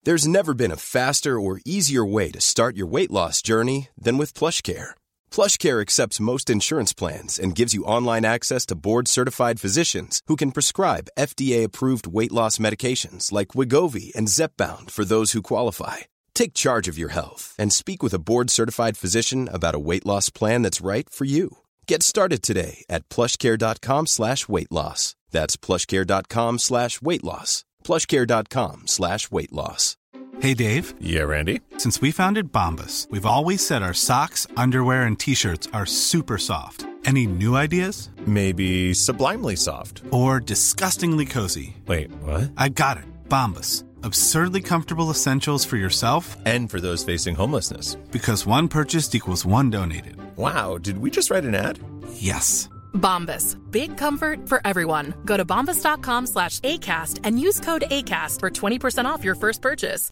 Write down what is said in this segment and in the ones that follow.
There's never been a faster or easier way to start your weight loss journey than with PlushCare. PlushCare accepts most insurance plans and gives you online access to board-certified physicians who can prescribe FDA-approved weight loss medications like Wegovy and Zepbound for those who qualify. Take charge of your health and speak with a board-certified physician about a weight loss plan that's right for you. Get started today at plushcare.com/weightloss. That's plushcare.com/weightloss. plushcare.com/weightloss. Hey, Dave. Yeah, Randy. Since we founded Bombas, we've always said our socks, underwear, and T-shirts are super soft. Any new ideas? Maybe sublimely soft. Or disgustingly cozy. Wait, what? I got it. Bombas. Absurdly comfortable essentials for yourself and for those facing homelessness. Because one purchased equals one donated. Wow, did we just write an ad? Yes. Bombas. Big comfort for everyone. Go to bombas.com/ACAST and use code ACAST for 20% off your first purchase.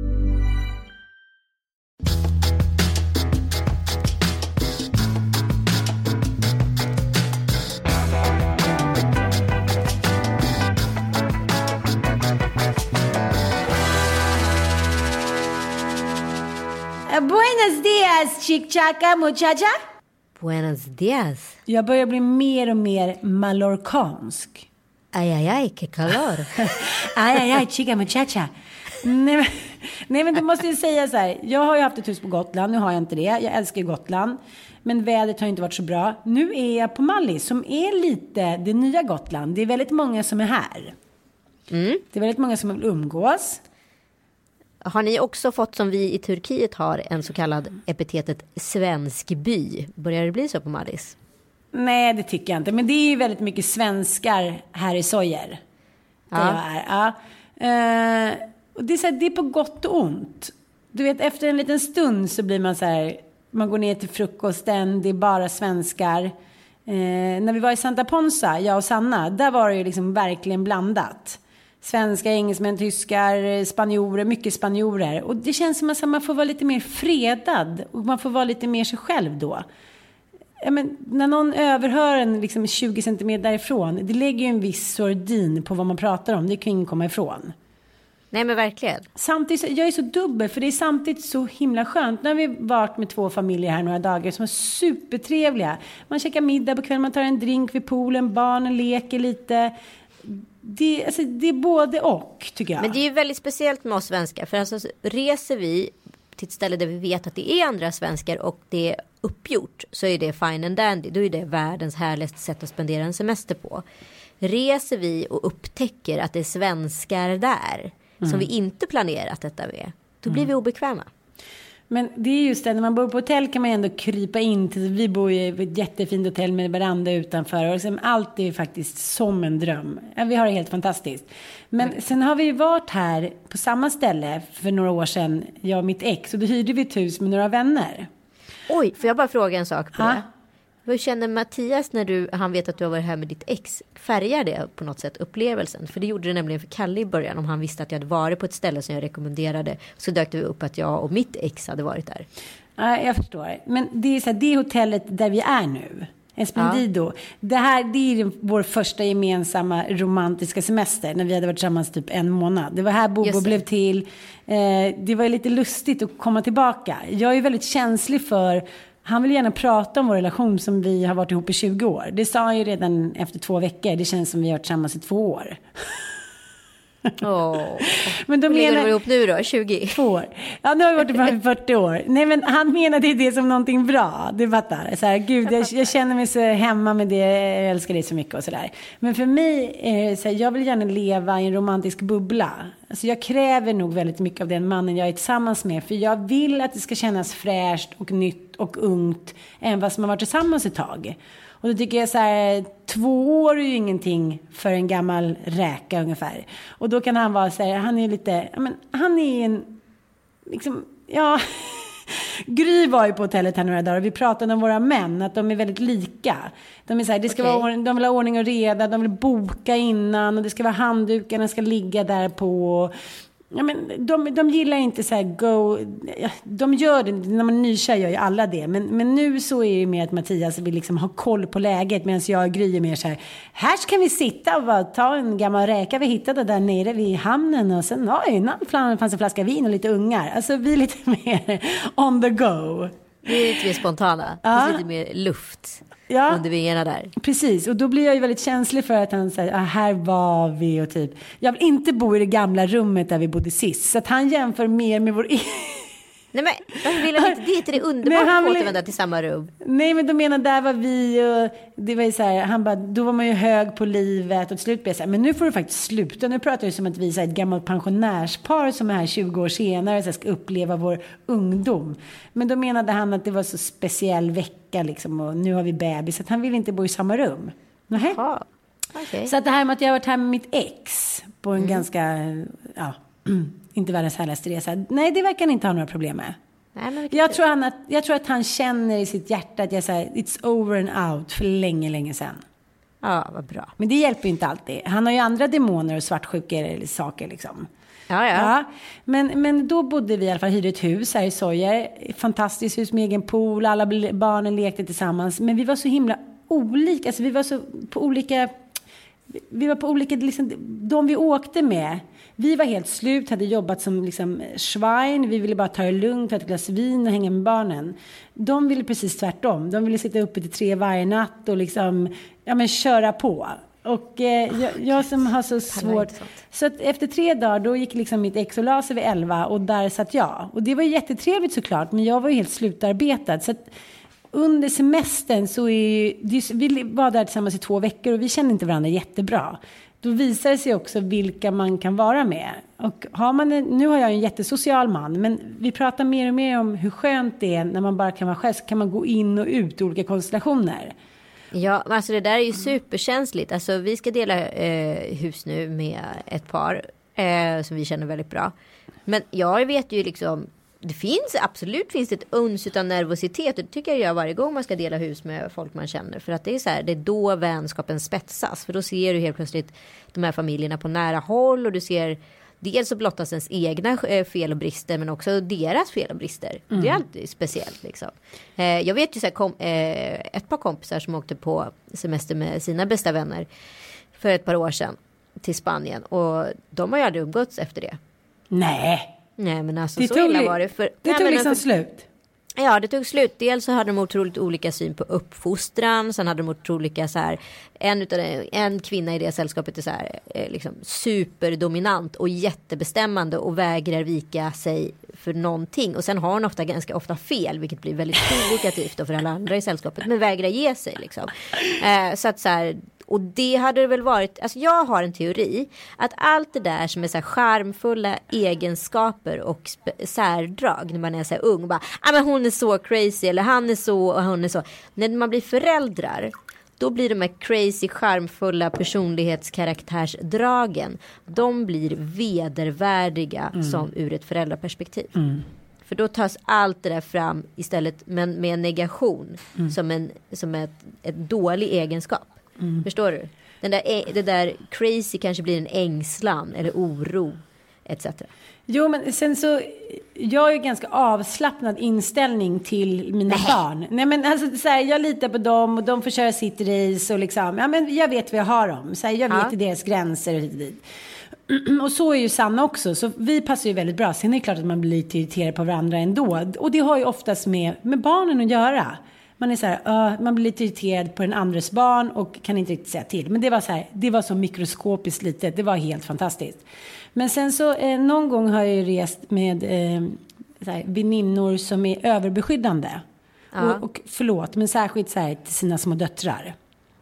Buenos dias, chick-chacka, muchacha. Buenos dias. Jag börjar bli mer och mer mallorcansk. Ay, ay, ay, que calor. Aj, aj, chica, muchacha. Nej, men du måste ju säga så här. Jag har ju haft ett hus på Gotland, nu har jag inte det. Jag älskar ju Gotland. Men vädret har inte varit så bra. Nu är jag på Mallis, som är lite det nya Gotland. Det är väldigt många som är här. Det är väldigt många som vill umgås. Har ni också fått, som vi i Turkiet har, en så kallad epitetet svensk by? Börjar det bli så på Mallis? Nej, det tycker jag inte. Men det är ju väldigt mycket svenskar här i Sojer. Där jag är. Ja. Och det är, så här, det är på gott och ont. Du vet, efter en liten stund så blir man så här... Man går ner till frukosten, det är bara svenskar. När vi var i Santa Ponsa, jag och Sanna, där var det ju liksom verkligen blandat. Svenskar, engelsmän, tyskar, spanjorer, mycket spanjorer. Och det känns som att man får vara lite mer fredad. Och man får vara lite mer sig själv då. Ja, men när någon överhör en liksom 20 centimeter därifrån, det lägger ju en viss sordin på vad man pratar om. Det kan ingen komma ifrån. Nej, men verkligen. Samtidigt, jag är så dubbel, för det är samtidigt så himla skönt. Nu har vi varit med 2 familjer här några dagar som är supertrevliga. Man käkar middag på kvällen, man tar en drink vid poolen, barnen leker lite. Det är både och, tycker jag. Men det är ju väldigt speciellt med oss svenskar. För alltså, reser vi till ett ställe där vi vet att det är andra svenskar och det är uppgjort, så är det fine and dandy. Då är det världens härligaste sätt att spendera en semester på. Reser vi och upptäcker att det är svenskar där som vi inte planerat detta med, då blir vi obekväma. Men det är just det, när man bor på hotell kan man ändå krypa in till, vi bor ju i ett jättefint hotell med veranda utanför och liksom allt är faktiskt som en dröm. Ja, vi har det helt fantastiskt. Men sen har vi ju varit här på samma ställe för några år sedan, jag och mitt ex, och då hyrde vi ett hus med några vänner. Oj, får jag bara fråga en sak på det? Hur känner Mattias när han vet att du har varit här med ditt ex? Färgar det på något sätt upplevelsen? För det gjorde det nämligen för Kalle i början. Om han visste att jag hade varit på ett ställe som jag rekommenderade, så dök det upp att jag och mitt ex hade varit där. Ja, jag förstår. Men det är så här, det hotellet där vi är nu, Esplendido. Ja. Det är vår första gemensamma romantiska semester när vi hade varit tillsammans typ 1 månad. Det var här Bobo blev till. Det var lite lustigt att komma tillbaka. Jag är väldigt känslig för... Han vill gärna prata om vår relation som vi har varit ihop i 20 år. Det sa han ju redan efter 2 veckor. Det känns som vi har varit tillsammans i 2 år. Men då menar vi ihop nu då, 22 år. Ja, nu har vi varit ihop i 40 år. Nej, men han menade det som någonting bra. Du fattar. Så här, gud, jag känner mig så hemma med det. Jag älskar dig så mycket och sådär. Men för mig är så här, jag vill gärna leva i en romantisk bubbla. Alltså jag kräver nog väldigt mycket av den mannen jag är tillsammans med. För jag vill att det ska kännas fräscht och nytt och ungt än vad som har varit tillsammans ett tag. Och då tycker jag så här, 2 år är ju ingenting för en gammal räka ungefär. Och då kan han vara så här, han är lite, men han är en, liksom, ja... Gry var ju på hotellet här några dagar och vi pratade om våra män, att de är väldigt lika. De är så här, det ska vara, de vill ha ordning och reda, de vill boka innan och det ska vara handdukarna ska ligga där på. Ja, men de gillar inte så här de gör det, när man är nykär gör ju alla det. Men nu så är det mer att Mattias vill liksom ha koll på läget. Medan jag och Gry är mer så här ska vi sitta och bara ta en gammal räka vi hittade där nere vid hamnen. Och sen fanns en flaska vin och lite ungar. Alltså vi är lite mer on the go. Det är lite mer spontana. Det är lite mer luft under vingarna där. Precis, och då blir jag ju väldigt känslig för att han säger, här var vi och typ. Jag vill inte bo i det gamla rummet där vi bodde sist. Så att han jämför mer med vår... Nej, men varför vill han inte dit? Det är underbart att återvända till samma rum. Nej, men då menar där var vi och det var ju så här, han bara, då var man ju hög på livet och till slut blev jag så här, men nu får du faktiskt sluta. Nu pratar du som att vi är ett gammalt pensionärspar som är här 20 år senare och så ska uppleva vår ungdom. Men då menade han att det var så speciell vecka liksom, och nu har vi bebis, så att han vill inte bo i samma rum. Jaha, okay. Så att det här med att jag har varit här med mitt ex på en ganska, inte världens härligaste resa. Nej, det verkar han inte ha några problem med. Nej, jag tror att han känner i sitt hjärta att jag säger it's over and out för länge sedan. Ja, vad bra. Men det hjälper ju inte alltid. Han har ju andra demoner och svartsjuka saker liksom. Ja. Men då bodde vi i alla fall, hyrde ett hus här i Sojer. Fantastiskt hus med egen pool. Alla barnen lekte tillsammans. Men vi var så himla olika. Alltså vi var på olika liksom, de vi åkte med. Vi var helt slut, hade jobbat som liksom schwein. Vi ville bara ta det lugnt, ta ett glas vin och hänga med barnen. De ville precis tvärtom. De ville sitta uppe till 3 varje natt och liksom, köra på. Och jag som har så svårt. Så att efter 3 dagar då gick liksom mitt ex och la sig vid 11 och där satt jag. Och det var jättetrevligt såklart, men jag var ju helt slutarbetad. Så att under semestern så vi var där tillsammans i 2 veckor och vi kände inte varandra jättebra. Då visar det sig också vilka man kan vara med. Och nu har jag en jättesocial man, men vi pratar mer och mer om hur skönt det är när man bara kan vara själv, så kan man gå in och ut i olika konstellationer. Ja, alltså det där är ju superkänsligt. Alltså vi ska dela hus nu med ett par som vi känner väldigt bra. Men jag vet ju liksom, det finns ett uns utan nervositet. Det tycker jag varje gång man ska dela hus med folk man känner. För att det är så här, det är då vänskapen spetsas. För då ser du helt plötsligt de här familjerna på nära håll. Och du ser, dels så blottas ens egna fel och brister, men också deras fel och brister. Det är alltid speciellt liksom. Jag vet ju så här, ett par kompisar som åkte på semester med sina bästa vänner för ett par år sedan till Spanien. Och de har ju aldrig umgåtts efter det. Nej, men alltså så illa var det. Det tog liksom slut. Ja, det tog slut. Dels så hade de otroligt olika syn på uppfostran. Sen hade de otroligt olika så här, en kvinna i det sällskapet är så här, liksom superdominant och jättebestämmande och vägrar vika sig för någonting. Och sen har hon ganska ofta fel, vilket blir väldigt provokativt för alla andra i sällskapet, men vägrar ge sig liksom. Så att så här, och det hade det väl varit, alltså jag har en teori att allt det där som är så här charmfulla egenskaper och särdrag när man är så här ung, bara, men hon är så crazy eller han är så och hon är så. När man blir föräldrar, då blir de här crazy, charmfulla personlighetskaraktärsdragen, de blir vedervärdiga som ur ett föräldraperspektiv. För då tas allt det där fram istället, men med en negation som ett dålig egenskap. Förstår du? Det där crazy kanske blir en ängslan eller oro etc. Jo, men sen så jag är ju ganska avslappnad inställning till mina barn. Nej, men alltså så här, jag litar på dem och de får köra sitt race och liksom, men jag vet vad jag har dem. Så här, jag vet deras gränser och dit. Och så är ju Sanna också. Så vi passar ju väldigt bra. Sen är det klart att man blir lite irriterad på varandra ändå. Och det har ju oftast med barnen att göra. Man är så här, man blir lite irriterad på den andres barn och kan inte riktigt säga till. Men det var så här, det var så mikroskopiskt litet. Det var helt fantastiskt. Men sen så någon gång har jag ju rest med så här, väninnor som är överbeskyddande. Och förlåt, men särskilt så här till sina små döttrar.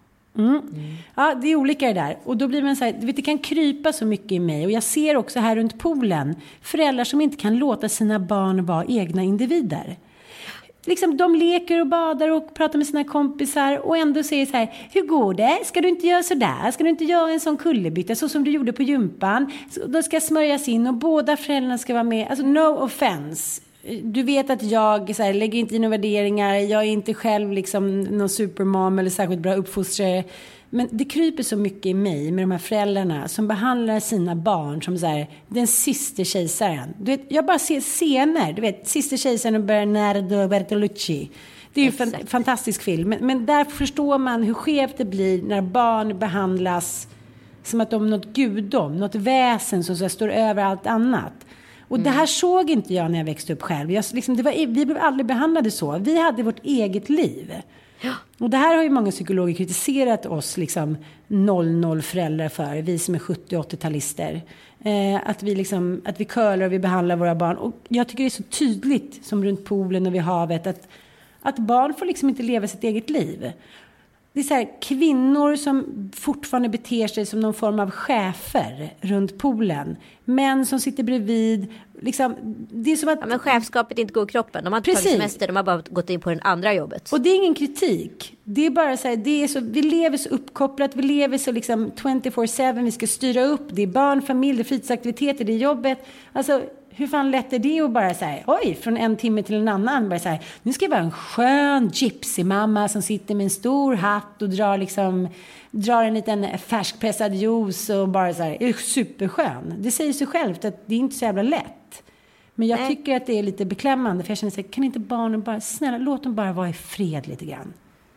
Ja, det är olika det där. Och då blir man så här, du vet, det kan krypa så mycket i mig. Och jag ser också här runt poolen föräldrar som inte kan låta sina barn vara egna individer. Liksom, de leker och badar och pratar med sina kompisar och ändå säger så här, hur går det? Ska du inte göra så där? Ska du inte göra en sån kullerbytta så som du gjorde på gympan? Så då ska smörjas in och båda föräldrarna ska vara med. Alltså no offense. Du vet att jag så här, lägger inte i några värderingar. Jag är inte själv liksom någon supermam eller särskilt bra uppfostrare. Men det kryper så mycket i mig med de här föräldrarna som behandlar sina barn som så här, den sista kejsaren. Du vet, jag bara ser scener, du vet, sista kejsaren och Bernardo Bertolucci. Det är ju en fantastisk film. Men där förstår man hur skevt det blir när barn behandlas som att de är något gudom, något väsen som så här, står över allt annat. Och det här såg inte jag när jag växte upp själv. Vi blev aldrig behandlade så. Vi hade vårt eget liv. Ja. Och det här har ju många psykologer kritiserat oss 00 föräldrar för. Vi som är 70- och 80-talister. Att vi curlar och vi behandlar våra barn. Och jag tycker det är så tydligt som runt poolen och vid havet att barn får inte leva sitt eget liv. Det är så här, kvinnor som fortfarande beter sig som någon form av chefer runt poolen. Män som sitter bredvid. Det är som att... men chefskapet inte går i kroppen. De har inte tagit semester, de har bara gått in på det andra jobbet. Och det är ingen kritik. Det är bara så här, vi lever så uppkopplat. Vi lever så 24/7. Vi ska styra upp. Det är barn, familj, det är fritidsaktiviteter, det är jobbet. Alltså... Hur fan lätt är det att bara säga, oj, från en timme till en annan, bara säga, nu ska jag vara en skön gypsy-mamma som sitter med en stor hatt och drar en liten färskpressad juice och bara så här, är superskön. Det säger sig självt att det är inte så jävla lätt. Men jag tycker att det är lite beklämmande, för jag känner så här, kan inte barnen bara, snälla, låt dem bara vara i fred lite grann.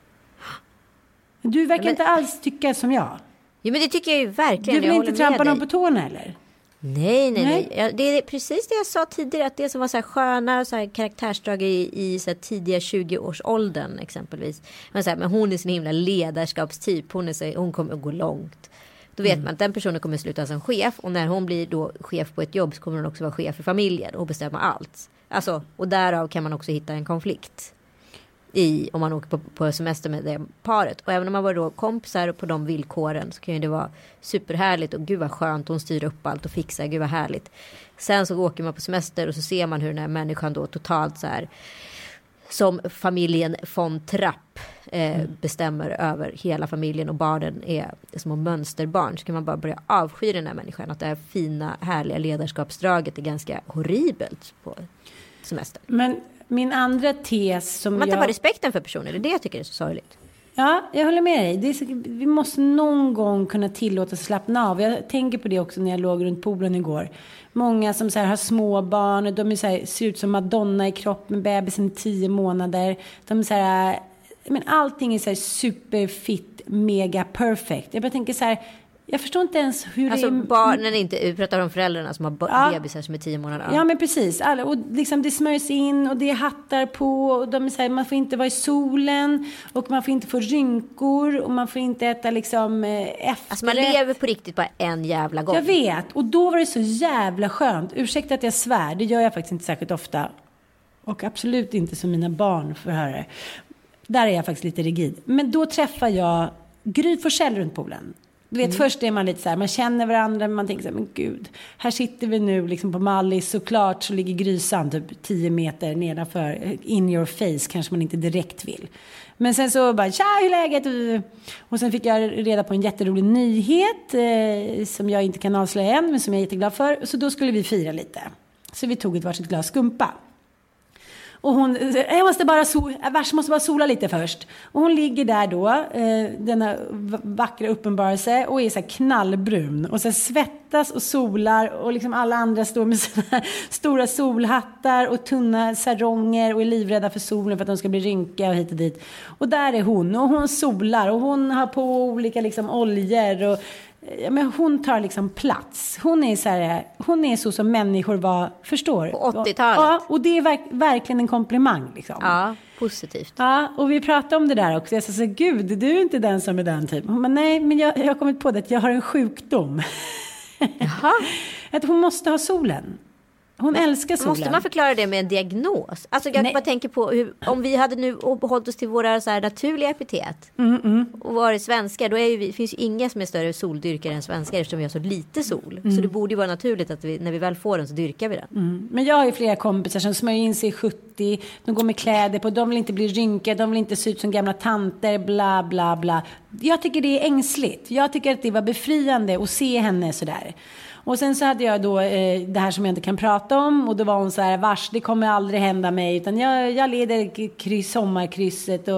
Du verkar inte alls tycka som jag. Jo, men det tycker jag ju verkligen. Du vill inte trampa någon på tårna, eller? Nej. Det är precis det jag sa tidigare, att det som var så här sköna så här karaktärsdrag i så här tidiga 20-årsåldern exempelvis. Men hon är sin himla ledarskapstyp, hon kommer att gå långt. Då vet man att den personen kommer att sluta som chef, och när hon blir då chef på ett jobb så kommer hon också vara chef för familjen och bestämma allt. Alltså, och därav kan man också hitta en konflikt om man åker på semester med det paret. Och även om man var då kompisar på de villkoren, så kan ju det vara superhärligt och gud vad skönt, hon styr upp allt och fixar, gud vad härligt. Sen så åker man på semester och så ser man hur den här människan då totalt så här, som familjen von Trapp bestämmer över hela familjen, och barnen är små mönsterbarn, så kan man bara börja avsky den här människan. Att det här fina, härliga ledarskapsdraget är ganska horribelt på semester. Men min andra tes som man tappar respekten för personer, det är det jag tycker är så sorgligt. Ja, jag håller med dig. Vi måste någon gång kunna tillåta oss slappna av. Jag tänker på det också när jag låg runt poolen igår. Många som så här har små barn och de är så här, ser ut som Madonna i kropp med bebisen i 10 månader. De är så här, men allting är så här superfit, mega perfect. Jag bara tänker så här, jag förstår inte ens hur alltså det är... barnen inte, vi pratar om föräldrarna som har bebisar som är 10 månader. Ja, men precis. Och det smörjs in och det är hattar på. Och de är så här, man får inte vara i solen. Och man får inte få rynkor. Och man får inte äta efterrätt. Alltså man lever på riktigt bara en jävla gång. Jag vet. Och då var det så jävla skönt. Ursäkta att jag svär. Det gör jag faktiskt inte särskilt ofta. Och absolut inte som mina barn får höra. Där är jag faktiskt lite rigid. Men då träffar jag Gry Forssell runt poolen. Du vet, först är man lite så här, man känner varandra, men man tänker så här, men gud, här sitter vi nu på Mallis, såklart så ligger Grysan typ 10 meter nedanför, in your face, kanske man inte direkt vill. Men sen så bara, tja, hur är läget? Och sen fick jag reda på en jätterolig nyhet som jag inte kan avslöja än, men som jag är jätteglad för. Så då skulle vi fira lite. Så vi tog ett varsitt glas skumpa. Och hon, jag måste bara sola lite först. Och hon ligger där då, denna vackra uppenbarelse, och är så här knallbrun. Och så svettas och solar, och alla andra står med såna stora solhattar och tunna saronger och är livrädda för solen för att de ska bli rynkiga och hit och dit. Och där är hon, och hon solar, och hon har på olika oljor och... Ja, men hon tar plats. Hon är så som människor var, förstår. På 80-talet. Ja, och det är verkligen en komplimang Ja, positivt. Ja, och vi pratade om det där också. Jag sa, gud, du är inte den som är den typ. Hon bara, nej, men jag har kommit på det att jag har en sjukdom. Jaha. Att hon måste ha solen. Hon älskar solen. Måste man förklara det med en diagnos? Alltså jag bara tänker på om vi hade nu hållit oss till våra så här naturliga epitet och varit svenskar, då finns ju inga som är större soldyrkare än svenskar, eftersom vi har så lite sol. Så det borde ju vara naturligt att när vi väl får den så dyrkar vi den. Men jag har ju flera kompisar som smörjer in sig i 70, de går med kläder på, de vill inte bli rynkade, de vill inte se ut som gamla tanter, bla bla bla. Jag tycker det är ängsligt. Jag tycker att det var befriande att se henne sådär. Och sen så hade jag då det här som jag inte kan prata om. Och då var hon så här, det kommer aldrig hända mig. Utan jag leder sommarkrysset.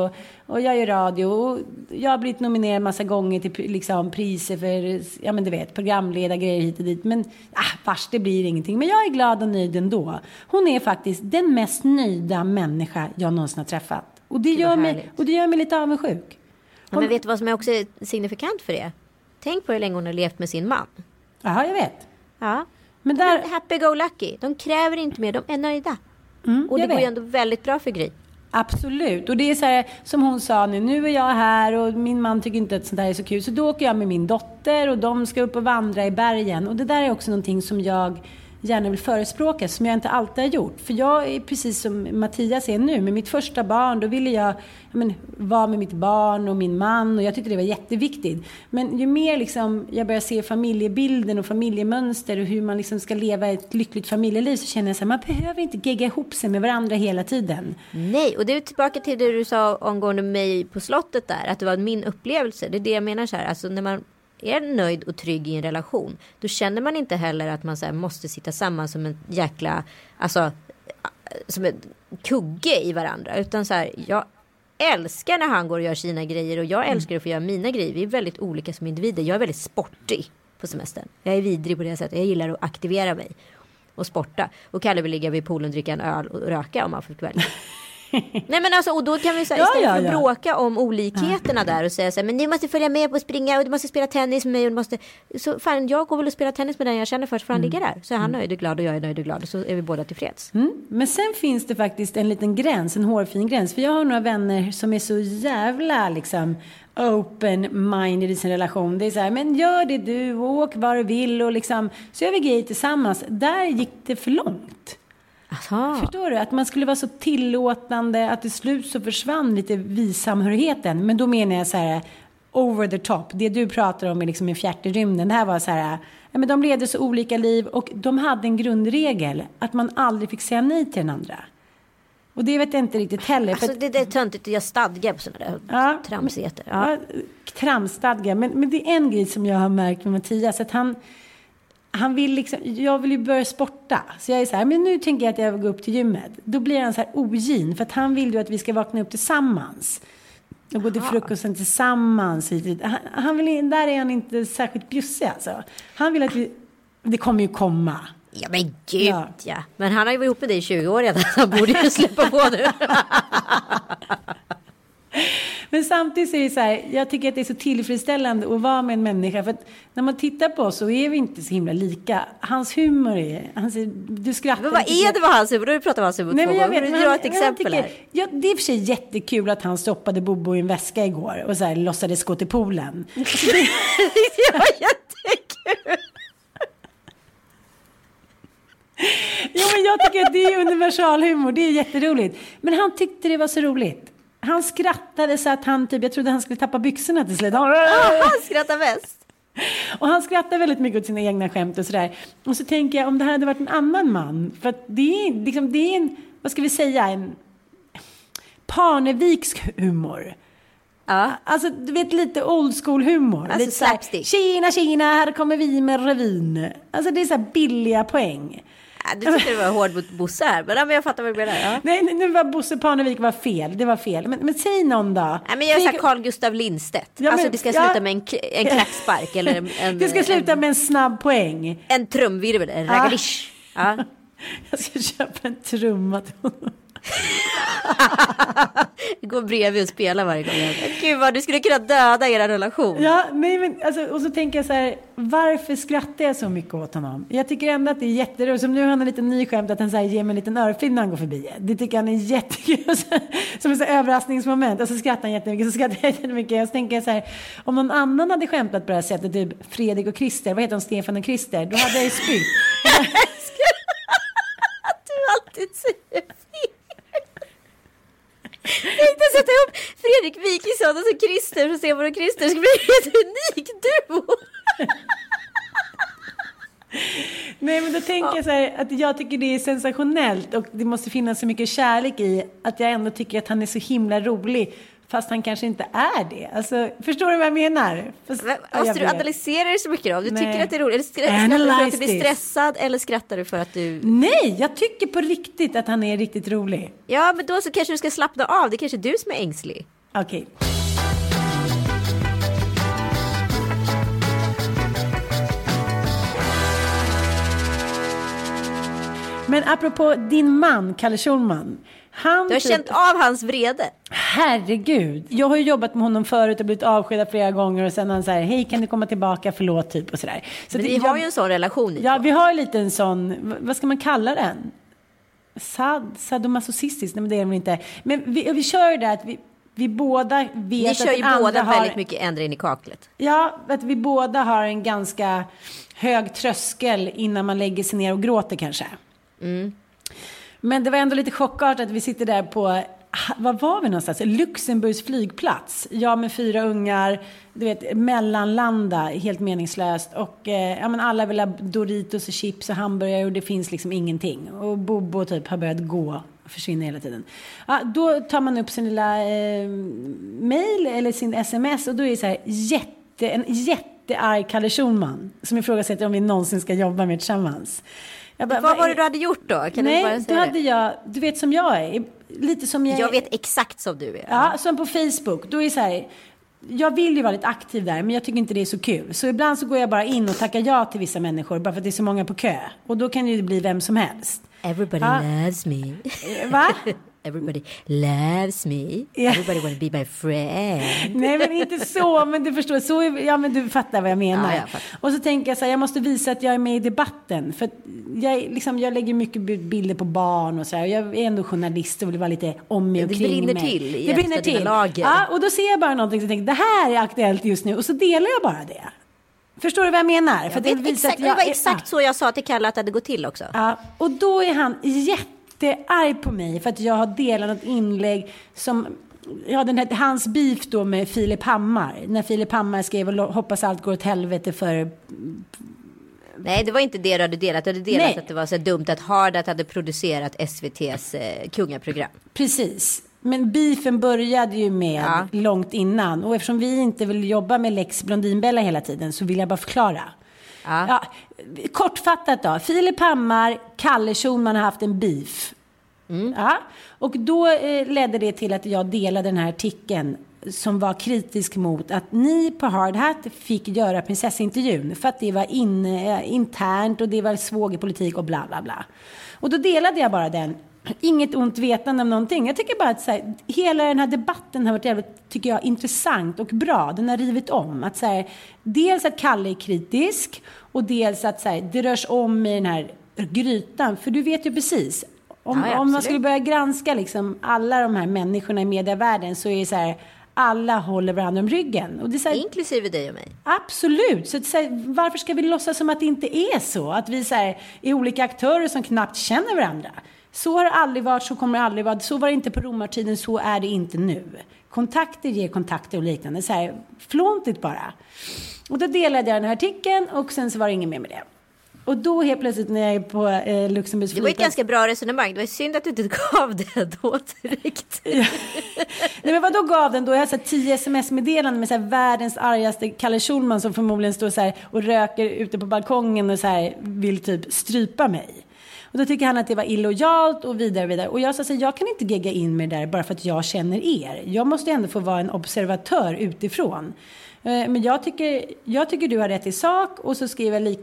och jag gör radio och jag har blivit nominerad massa gånger till liksom priser för, ja men du vet, programledargrejer hit och dit. Men vars, det blir ingenting. Men jag är glad och nöjd ändå. Hon är faktiskt den mest nöjda människa jag någonsin har träffat. Och det gör mig lite avundsjuk. Ja, men vet du vad som är också signifikant för det? Tänk på hur länge hon har levt med sin man. Ja, jag vet. Ja. Men där... happy go lucky. De kräver inte mer, de är nöjda. Och det går ju ändå väldigt bra för Gry. Absolut. Och det är så här, som hon sa nu är jag här och min man tycker inte att sånt där är så kul. Så då åker jag med min dotter och de ska upp och vandra i bergen. Och det där är också någonting som jag gärna vill förespråka, som jag inte alltid har gjort. För jag är precis som Mattias är nu. Med mitt första barn, då ville jag vara med mitt barn och min man. Och jag tyckte det var jätteviktigt. Men ju mer liksom, jag börjar se familjebilden och familjemönster och hur man liksom ska leva ett lyckligt familjeliv, så känner jag så här, man behöver inte gegga ihop sig med varandra hela tiden. Nej, och det är tillbaka till det du sa angående mig på slottet där. Att det var min upplevelse. Det är det jag menar så här. Alltså när man är nöjd och trygg i en relation, då känner man inte heller att man så här måste sitta samman som en jäkla, alltså som en kugge i varandra, utan så här, jag älskar när han går och gör sina grejer och jag älskar att få göra mina grejer. Vi är väldigt olika som individer. Jag är väldigt sportig på semestern. Jag är vidrig på det sättet. Jag gillar att aktivera mig och sporta. Och Kalle vill ligga vid poolen, dricka en öl och röka om man får välja. Nej men alltså, och då kan vi så här, istället för att bråka om olikheterna där och säga så här, men du måste följa med på att springa och du måste spela tennis med mig och du måste, så fan, jag går väl och spela tennis med den jag känner först, för han ligger där, så är han nöjd och glad och jag är nöjd och glad och så är vi båda tillfreds. Men sen finns det faktiskt en liten gräns, en hårfin gräns, för jag har några vänner som är så jävla liksom open-minded i sin relation. Det är så här, men gör det du, åk var du vill och liksom, så gör vi grejer tillsammans. Där gick det för långt. Aha. Förstår du? Att man skulle vara så tillåtande att till slut så försvann lite visamhörigheten. Men då menar jag så här, over the top. Det du pratar om är liksom en fjärt i rymden. Det här var så här, ja, men de levde så olika liv och de hade en grundregel att man aldrig fick säga nej till den andra. Och det vet jag inte riktigt heller. Alltså för det är töntigt att jag stadgar på sådana där tramsigheter. Ja. Tramstadgar. Men det är en grej som jag har märkt med Mattias, att han vill liksom, jag vill ju börja sporta. Så jag är så här, men nu tänker jag att jag vill gå upp till gymmet. Då blir han så här ogin. För att han vill ju att vi ska vakna upp tillsammans. Och gå till frukosten tillsammans. Han vill, där är han inte särskilt bjussig alltså. Han vill att det kommer ju komma. Ja men gud ja. Men han har ju varit ihop med dig i 20 år redan. Han borde ju släppa på nu. Men samtidigt så är det så här, jag tycker att det är så tillfredsställande att vara med en människa, för att när man tittar på oss så är vi inte så himla lika. Hans humor är, du skrattar. Men vad är det med hans humor? Du pratar om hans humor. Nej, men jag vet, men dra ett exempel här. Ja, det är i och för sig jättekul att han stoppade Bobo i en väska igår och så här låtsades gå till poolen. Det var jättekul. Ja, men jag tycker att det är universalhumor, det är jätteroligt. Men han tyckte det var så roligt. Han skrattade så att han typ, jag trodde han skulle tappa byxorna till slut. Han skrattar mest. Och han skrattar väldigt mycket åt sina egna skämt och sådär. Och så tänker jag, om det här hade varit en annan man. För att det är liksom, det är en, vad ska vi säga, en Parneviksk humor. Ja. Alltså du vet, lite old school humor. Alltså lite slapstick. Tjena, här kommer vi med revyn. Alltså det är så här billiga poäng. Du tycker det var hård mot Bosse här. Men jag fattar vad du menar. Ja. Nej, nu var Bosse Parnevik var fel. Det var fel. Men säg någon då. Nej, men jag är så här Carl Gustav Lindstedt. Ja, alltså det ska sluta med en klackspark. Eller det ska sluta med en snabb poäng. En trumvirvel. En ragadish. Ja. Jag ska köpa en trumma till honom. Gå bredvid och spela varje gång. Gud vad du skulle kunna döda era relation. Ja, nej, men alltså, och så tänker jag så här, varför skrattar jag så mycket åt honom? Jag tycker ändå att det är jätteroligt. Som nu har han en liten ny skämt att han så här, ger mig en liten örfil när han går förbi. Det tycker han är jättekul. Som en så här överraskningsmoment. Och så skrattar han jättemycket. Så skrattar jag jättemycket. Och så tänker jag så här, om någon annan hade skämtat på det här sättet, typ Fredrik och Christer, vad heter de, Stefan och Christer, då hade jag ju spytt. Att du alltid säger fel. Jag tänkte sätta ihop Fredrik Wikingsson och så Christer och se vad Christer ska bli ett unik duo. Nej, men då tänker jag så här, att jag tycker det är sensationellt och det måste finnas så mycket kärlek i att jag ändå tycker att han är så himla rolig, fast han kanske inte är det. Alltså, förstår du vad jag menar? Måste du analysera det så mycket då? Du tycker att det är roligt? Skrattar du för att du blir stressad eller skrattar du för att du... Nej, jag tycker på riktigt att han är riktigt rolig. Ja, men då så kanske du ska slappna av. Det är kanske du som är ängslig. Okej. Men apropå din man, Kalle Schulman. Du har känt av hans vrede. Herregud. Jag har ju jobbat med honom förut och blivit avskedad flera gånger. Och sen han säger, hej kan du komma tillbaka, förlåt typ och sådär. Så men vi har ju en sån relation. Ja, vi har lite en sån, vad ska man kalla den? Sadomasochistisk, nej men det är det väl inte. Men vi kör ju det att vi båda vet ni att kör ju den båda andra har... väldigt mycket ändra in i kaklet. Ja, att vi båda har en ganska hög tröskel innan man lägger sig ner och gråter kanske. Men det var ändå lite chockartat att vi sitter där på, vad var vi någonstans? Luxemburgs flygplats. Jag med 4 ungar, du vet, mellanlanda, helt meningslöst. Och ja, men alla vill ha Doritos och chips och hamburgare och det finns liksom ingenting. Och Bobo typ har börjat gå och försvinner hela tiden. Ja, då tar man upp sin lilla mail eller sin sms och då är det så här en jättearg Kalle Schulman som ifrågasätter om vi någonsin ska jobba med tillsammans. Vad var det du hade gjort då? Kan nej, du bara säga då hade jag, du vet som jag är, lite som jag vet exakt som du är. Ja, som på Facebook. Då är så här, jag vill ju vara lite aktiv där, men jag tycker inte det är så kul. Så ibland så går jag bara in och tackar ja till vissa människor, bara för att det är så många på kö. Och då kan det ju bli vem som helst. Everybody loves me. Va? Everybody loves me. Yeah. Everybody wanna be my friend. Nej, men inte så, men du förstår. Så, ja, men du fattar vad jag menar. Ja, och så tänker jag så här, jag måste visa att jag är med i debatten. För jag lägger mycket bilder på barn och så här. Jag är ändå journalist och vill vara lite om mig och kring mig. Det brinner till. Ja, och då ser jag bara någonting som tänker, det här är aktuellt just nu. Och så delar jag bara det. Förstår du vad jag menar? För det var exakt så jag sa till Kalle att det hade gått till också. Ja, och då är han jättearg på mig för att jag har delat något inlägg som... Ja, hans beef då med Filip Hammar. När Filip Hammar skrev och hoppas allt går åt helvete för... Nej, det var inte det du hade delat. Du hade delat att det var så dumt att Hardat hade producerat SVT:s kungaprogram. Precis. Men beefen började ju med långt innan. Och eftersom vi inte vill jobba med Lex Blondinbella hela tiden så vill jag bara förklara. Ja, kortfattat då. Filip Hammar, Kalle Schulman har haft en beef. Ja, och då ledde det till att jag delade den här artikeln som var kritisk mot att ni på Hard Hat fick göra prinsessintervjun för att det var internt och det var svågerpolitik och bla bla bla. Och då delade jag bara den. Inget ont vetande om någonting. Jag tycker bara att så här, hela den här debatten har varit jävligt, tycker jag, intressant och bra. Den har rivit om. Att, så här, dels att Kalle är kritisk och dels att så här, det rörs om i den här grytan. För du vet ju precis. Om man skulle börja granska liksom, alla de här människorna i medievärlden så är det så här, alla håller varandra om ryggen. Och det är så här, inklusive dig och mig. Absolut. Så, varför ska vi låtsas som att det inte är så? Att vi så här, är olika aktörer som knappt känner varandra. Så har det aldrig varit, så kommer det aldrig vara. Så var det inte på romartiden, så är det inte nu. Kontakter ger kontakter och liknande. Så här, flåntigt bara. Och då delade jag den här artikeln och sen så var det ingen mer med det. Och då helt plötsligt när jag är på Luxemburgs flygplats... Det var ett ganska bra resonemang. Det var synd att du inte gav det då direkt. Nej, men vad då gav den då? Jag har så 10 sms-meddelanden med så här världens argaste Kalle Schulman som förmodligen står så här och röker ute på balkongen och så här vill typ strypa mig. Och då tycker han att det var illojalt och vidare. Och jag sa så här, jag kan inte gegga in mig där bara för att jag känner er. Jag måste ändå få vara en observatör utifrån. Men jag tycker du har rätt i sak. Och så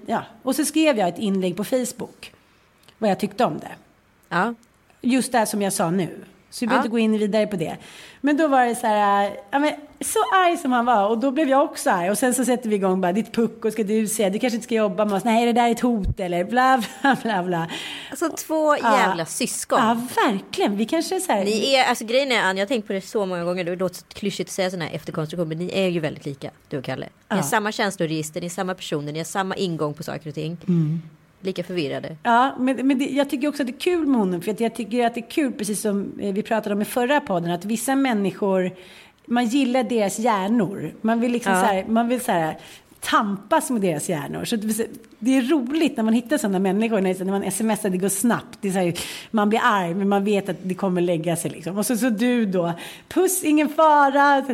skrev jag ett inlägg på Facebook. Vad jag tyckte om det. Ja. Just det som jag sa nu. Så vi behöver inte gå in vidare på det. Men då var det så här, så arg som han var. Och då blev jag också arg. Och sen så sätter vi igång bara, ditt puck och ska du säga, du kanske inte ska jobba med oss. Nej, det där är ett hot eller bla bla bla bla. Alltså 2 jävla syskon. Ja, verkligen. Vi kanske så här... Ni är, alltså grejen är, Ann, jag har tänkt på det så många gånger. Det låter klyschigt att säga sådana här efterkonstruktioner. Men ni är ju väldigt lika, du och Kalle. Ni har samma känsloregister, ni är samma personer, ni har samma ingång på saker och ting. Lika förvirrade. Ja, men jag tycker också att det är kul med honom. För att jag tycker att det är kul, precis som vi pratade om i förra podden, att vissa människor, man gillar deras hjärnor. Man vill liksom så här, tampas med deras hjärnor. Så det är roligt när man hittar sådana människor. När man smsar, det går snabbt. Det är så här, man blir arg, men man vet att det kommer lägga sig. Liksom. Och så du då, puss, ingen fara.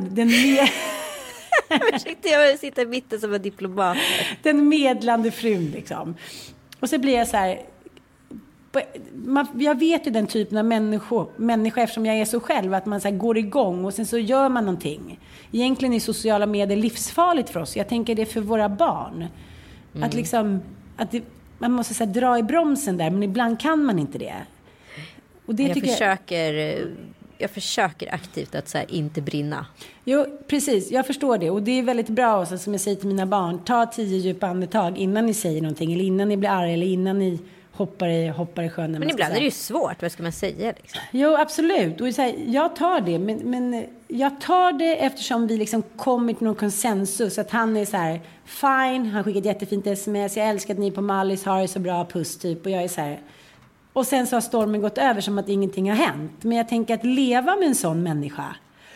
Jag sitter i mitten som en diplomat. Den medlande frun liksom. Och så blir jag så här, jag vet ju den typen av människa eftersom jag är så själv, att man så här går igång och sen så gör man någonting. Egentligen är sociala medier livsfarligt för oss. Jag tänker det för våra barn. Att liksom, man måste så här dra i bromsen där, men ibland kan man inte det. Och det jag försöker aktivt att så här inte brinna. Jo, precis. Jag förstår det. Och det är väldigt bra också, som jag säger till mina barn. Ta 10 djupa andetag innan ni säger någonting. Eller innan ni blir arga. Eller innan ni hoppar i sjön. Men ibland är det ju svårt. Vad ska man säga? Liksom? Jo, absolut. Och så här, jag tar det. Men jag tar det eftersom vi liksom kommit till någon konsensus. Att han är så här, fine. Han skickar ett jättefint sms. Jag älskar att ni på Mallis har det så bra, puss typ. Och jag är så här... Och sen så har stormen gått över som att ingenting har hänt. Men jag tänker att leva med en sån människa.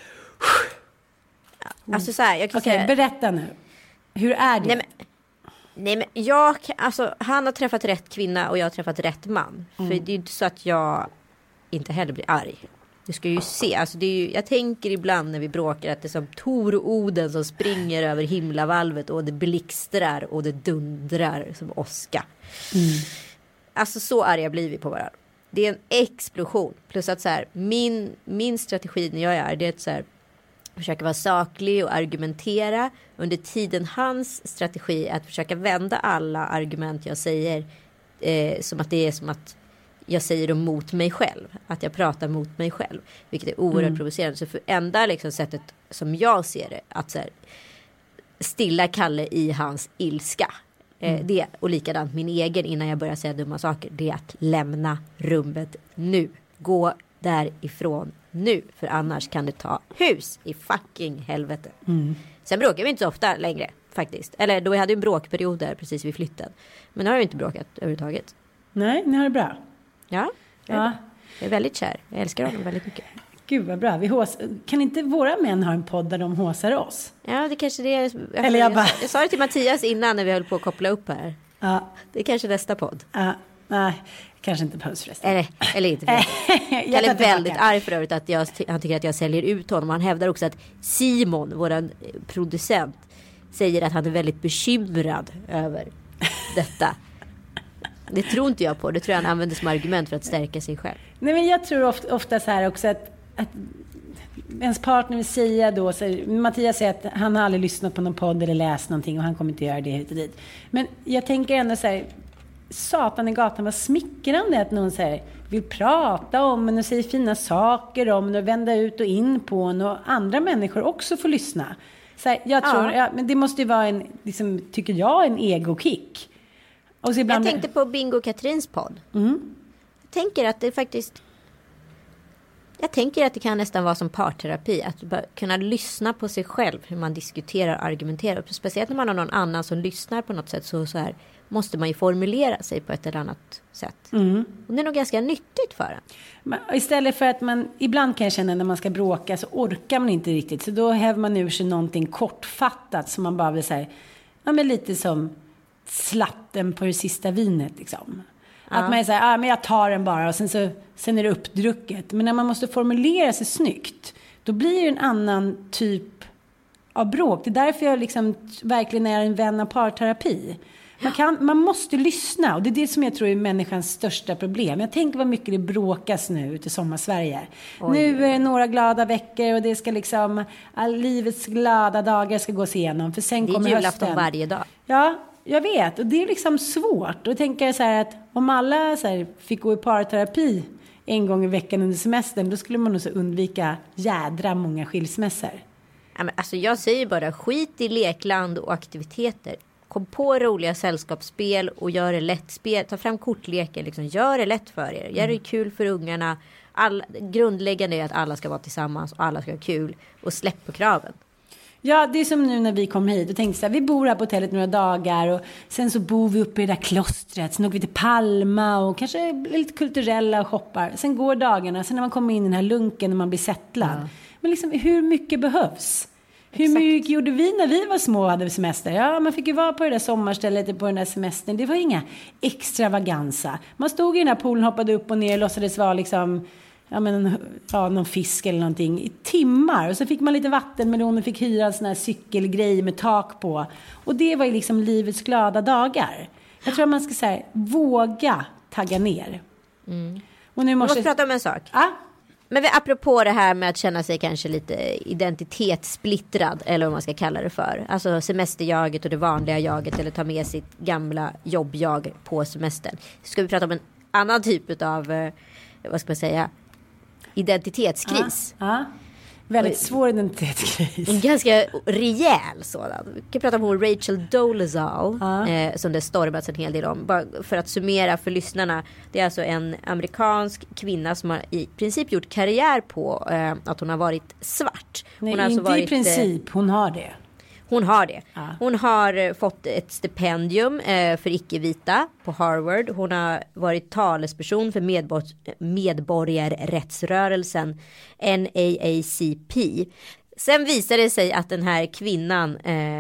Alltså så här, jag kan säga... berätta nu. Hur är det? Nej men han har träffat rätt kvinna och jag har träffat rätt man. För det är ju inte så att jag inte heller blir arg. Du ska ju se, alltså det är ju, jag tänker ibland när vi bråkar att det är som Tor och Oden som springer över himlavalvet och det blixtrar och det dundrar som åska. Alltså så arga blir vi på varandra. Det är en explosion. Plus att så här, min strategi när jag är det är att så här, försöka vara saklig och argumentera. Under tiden hans strategi är att försöka vända alla argument jag säger som att det är som att jag säger dem mot mig själv. Att jag pratar mot mig själv. Vilket är oerhört provocerande. Så för enda liksom sättet som jag ser det att så här, stilla Kalle i hans ilska. Det, och likadant min egen innan jag börjar säga dumma saker, det är att lämna rummet nu. Gå därifrån nu, för annars kan det ta hus i fucking helvete. Sen bråkar vi inte så ofta längre faktiskt. Eller då vi hade en bråkperiod där precis vid flytten. Men nu har vi inte bråkat överhuvudtaget. Nej, ni har det bra. Ja. Jag är väldigt kär. Jag älskar honom väldigt mycket. Gud vad bra. Kan inte våra män ha en podd där de håsar oss? Ja, det kanske det är. Jag sa det till Mattias innan när vi höll på att koppla upp här. Ja. Det är kanske nästa podd. Ja, nej, kanske inte behövs förresten. Eller inte. Jag är väldigt arg för övrigt att han tycker att jag säljer ut honom. Han hävdar också att Simon, våran producent, säger att han är väldigt bekymrad över detta. Det tror inte jag på. Det tror jag han använder som argument för att stärka sig själv. Nej, men jag tror ofta så här också att ens partner vill säga då, så Mattias säger att han har aldrig lyssnat på någon podd eller läst någonting och han kommer inte göra det hit och dit. Men jag tänker ändå så här, satan i gatan, vad smickrande att någon så här, vill prata om en och säger fina saker om en och vända ut och in på en och andra människor också får lyssna. Så här, jag tror, men det måste ju vara en, liksom, tycker jag, en egokick. Och så ibland... Jag tänkte på Bingo Katrins podd. Jag tänker att det faktiskt... Jag tänker att det kan nästan vara som parterapi. Att bara kunna lyssna på sig själv. Hur man diskuterar och argumenterar. Speciellt när man har någon annan som lyssnar på något sätt. Så här måste man ju formulera sig på ett eller annat sätt. Och det är nog ganska nyttigt för en. Istället för att man... Ibland kan jag känna när man ska bråka så orkar man inte riktigt. Så då häver man ur sig någonting kortfattat. Som man bara vill säga... Ja, men lite som slatten på det sista vinet liksom. Att man säger, men jag tar den bara och sen är det uppdrucket. Men när man måste formulera sig snyggt, då blir det en annan typ av bråk. Det är därför jag liksom verkligen är en vän av parterapi. Man måste lyssna, och det är det som jag tror är människans största problem. Jag tänker vad mycket det bråkas nu ute i sommarsverige. Nu är det några glada veckor och det ska liksom, livets glada dagar ska gås igenom. För sen kommer hösten. Det är julafton varje dag. Ja, jag vet, och det är liksom svårt. Och tänker så här att om alla så här fick gå i parterapi en gång i veckan under semestern, då skulle man nog så undvika jädra många skilsmässor. Ja, men alltså jag säger bara skit i lekland och aktiviteter. Kom på roliga sällskapsspel och gör det lätt spel. Ta fram kortleken, liksom, gör det lätt för er. Gör det kul för ungarna. Grundläggande är att alla ska vara tillsammans och alla ska ha kul. Och släpp på kraven. Ja, det är som nu när vi kom hit och tänkte så här, vi bor här på hotellet några dagar och sen så bor vi uppe i det där klostret, sen åker vi till Palma och kanske lite kulturella och shoppar. Sen går dagarna, sen när man kommer in i den här lunken när man blir settlad. Men liksom, hur mycket behövs? Hur mycket gjorde vi när vi var små och hade semester? Ja, man fick ju vara på det där sommarstället på den där semestern. Det var inga extravaganza. Man stod i den här poolen, hoppade upp och ner och låtsades vara liksom... någon fisk eller någonting i timmar. Och så fick man lite vattenmelon och fick hyra en sån här cykelgrej med tak på. Och det var ju liksom livets glada dagar. Jag tror att man ska så här, våga tagga ner. Och nu måste prata om en sak. Men apropå det här med att känna sig kanske lite identitetssplittrad, eller vad man ska kalla det för. Alltså semesterjaget och det vanliga jaget, eller ta med sitt gamla jobbjag på semestern. Ska vi prata om en annan typ av, vad ska man säga, identitetskris. Väldigt svår identitetskris. En ganska rejäl sådan. Vi kan prata om hon Rachel Dolezal, som det stormats en hel del om. Bara för att summera för lyssnarna. Det är alltså en amerikansk kvinna som har i princip gjort karriär på att hon har varit svart. Hon Nej, har alltså inte varit, i princip. Hon har det. Hon har det. Ja. Hon har fått ett stipendium för icke-vita på Harvard. Hon har varit talesperson för medborgarrättsrörelsen NAACP. Sen visar det sig att den här kvinnan